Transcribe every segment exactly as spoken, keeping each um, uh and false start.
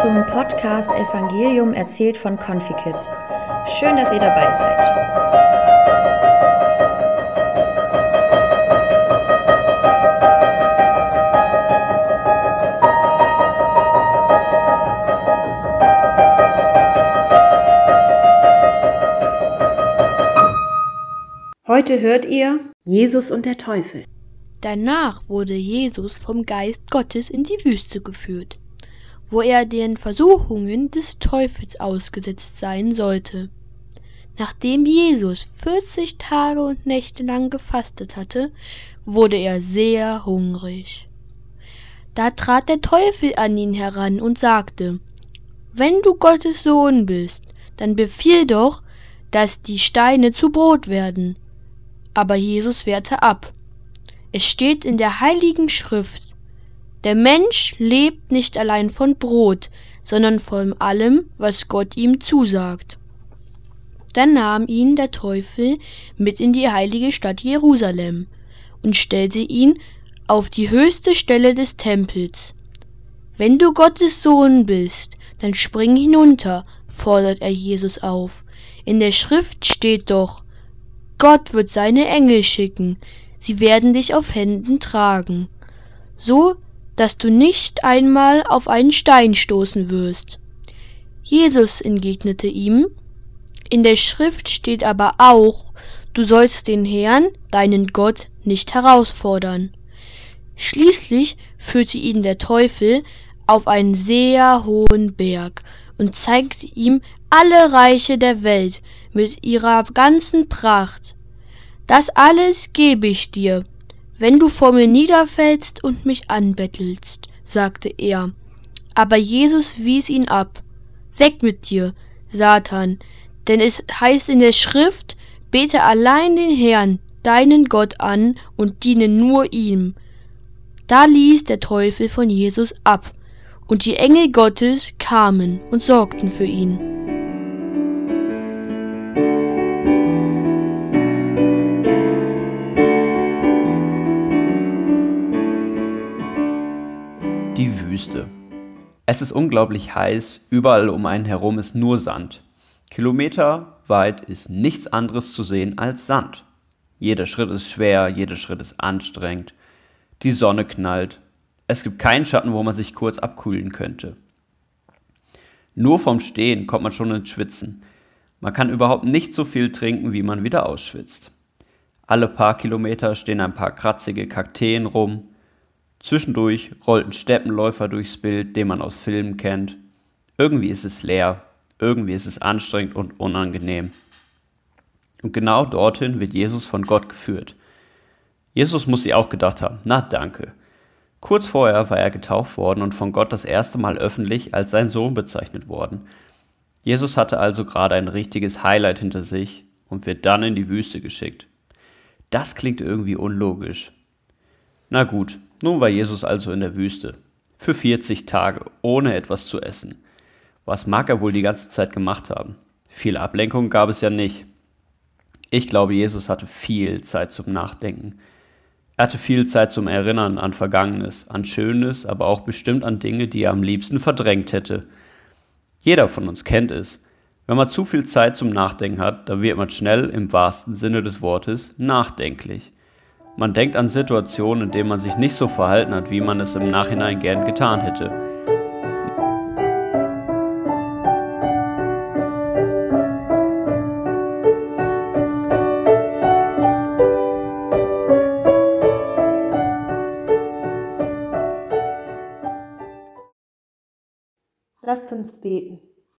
zum Podcast Evangelium erzählt von Confikids. Schön, dass ihr dabei seid. Heute hört ihr Jesus und der Teufel. Danach wurde Jesus vom Geist Gottes in die Wüste geführt, wo er den Versuchungen des Teufels ausgesetzt sein sollte. Nachdem Jesus vierzig Tage und Nächte lang gefastet hatte, wurde er sehr hungrig. Da trat der Teufel an ihn heran und sagte: »Wenn du Gottes Sohn bist, dann befiehl doch, dass die Steine zu Brot werden.« Aber Jesus wehrte ab. Es steht in der Heiligen Schrift: Der Mensch lebt nicht allein von Brot, sondern von allem, was Gott ihm zusagt. Dann nahm ihn der Teufel mit in die heilige Stadt Jerusalem und stellte ihn auf die höchste Stelle des Tempels. »Wenn du Gottes Sohn bist, dann spring hinunter«, fordert er Jesus auf. In der Schrift steht doch: Gott wird seine Engel schicken, sie werden dich auf Händen tragen, so dass du nicht einmal auf einen Stein stoßen wirst. Jesus entgegnete ihm: In der Schrift steht aber auch, du sollst den Herrn, deinen Gott, nicht herausfordern. Schließlich führte ihn der Teufel auf einen sehr hohen Berg und zeigte ihm alle Reiche der Welt mit ihrer ganzen Pracht. »Das alles gebe ich dir, wenn du vor mir niederfällst und mich anbettelst«, sagte er. Aber Jesus wies ihn ab. »Weg mit dir, Satan, denn es heißt in der Schrift, bete allein den Herrn, deinen Gott an und diene nur ihm.« Da ließ der Teufel von Jesus ab, und die Engel Gottes kamen und sorgten für ihn. Die Wüste. Es ist unglaublich heiß, überall um einen herum ist nur Sand. Kilometerweit ist nichts anderes zu sehen als Sand. Jeder Schritt ist schwer, jeder Schritt ist anstrengend. Die Sonne knallt. Es gibt keinen Schatten, wo man sich kurz abkühlen könnte. Nur vom Stehen kommt man schon ins Schwitzen. Man kann überhaupt nicht so viel trinken, wie man wieder ausschwitzt. Alle paar Kilometer stehen ein paar kratzige Kakteen rum. Zwischendurch rollt ein Steppenläufer durchs Bild, den man aus Filmen kennt. Irgendwie ist es leer, irgendwie ist es anstrengend und unangenehm. Und genau dorthin wird Jesus von Gott geführt. Jesus muss sich auch gedacht haben: Na danke. Kurz vorher war er getauft worden und von Gott das erste Mal öffentlich als sein Sohn bezeichnet worden. Jesus hatte also gerade ein richtiges Highlight hinter sich und wird dann in die Wüste geschickt. Das klingt irgendwie unlogisch. Na gut, nun war Jesus also in der Wüste. Für vierzig Tage, ohne etwas zu essen. Was mag er wohl die ganze Zeit gemacht haben? Viel Ablenkung gab es ja nicht. Ich glaube, Jesus hatte viel Zeit zum Nachdenken. Er hatte viel Zeit zum Erinnern an Vergangenes, an Schönes, aber auch bestimmt an Dinge, die er am liebsten verdrängt hätte. Jeder von uns kennt es. Wenn man zu viel Zeit zum Nachdenken hat, dann wird man schnell, im wahrsten Sinne des Wortes, nachdenklich. Man denkt an Situationen, in denen man sich nicht so verhalten hat, wie man es im Nachhinein gern getan hätte. Lasst uns beten.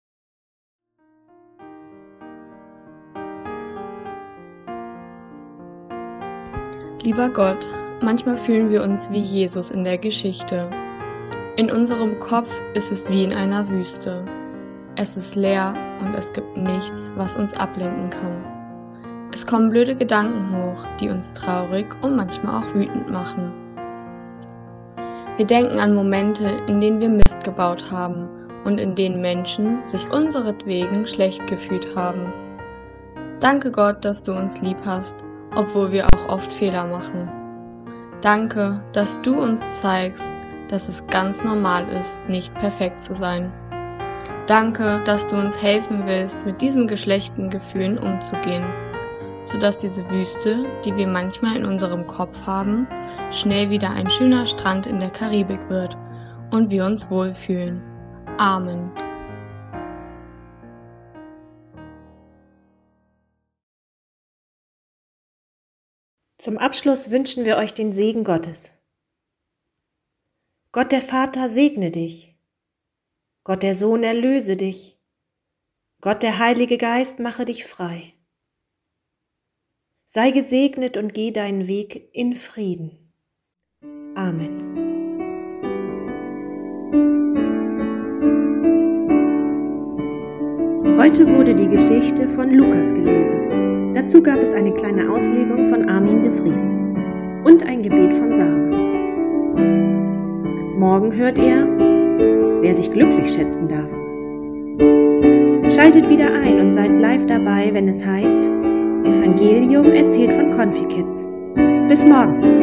Lieber Gott, manchmal fühlen wir uns wie Jesus in der Geschichte. In unserem Kopf ist es wie in einer Wüste. Es ist leer und es gibt nichts, was uns ablenken kann. Es kommen blöde Gedanken hoch, die uns traurig und manchmal auch wütend machen. Wir denken an Momente, in denen wir Mist gebaut haben und in denen Menschen sich unseretwegen schlecht gefühlt haben. Danke Gott, dass du uns lieb hast, obwohl wir auch oft Fehler machen. Danke, dass du uns zeigst, dass es ganz normal ist, nicht perfekt zu sein. Danke, dass du uns helfen willst, mit diesen geschlechten Gefühlen umzugehen, sodass diese Wüste, die wir manchmal in unserem Kopf haben, schnell wieder ein schöner Strand in der Karibik wird und wir uns wohlfühlen. Amen. Zum Abschluss wünschen wir euch den Segen Gottes. Gott der Vater segne dich. Gott der Sohn erlöse dich. Gott der Heilige Geist mache dich frei. Sei gesegnet und geh deinen Weg in Frieden. Amen. Heute wurde die Geschichte von Lukas gelesen. Dazu gab es eine kleine Auslegung von Armin de Vries und ein Gebet von Sarah. Morgen hört ihr, wer sich glücklich schätzen darf. Schaltet wieder ein und seid live dabei, wenn es heißt Evangelium erzählt von Confikids. Bis morgen!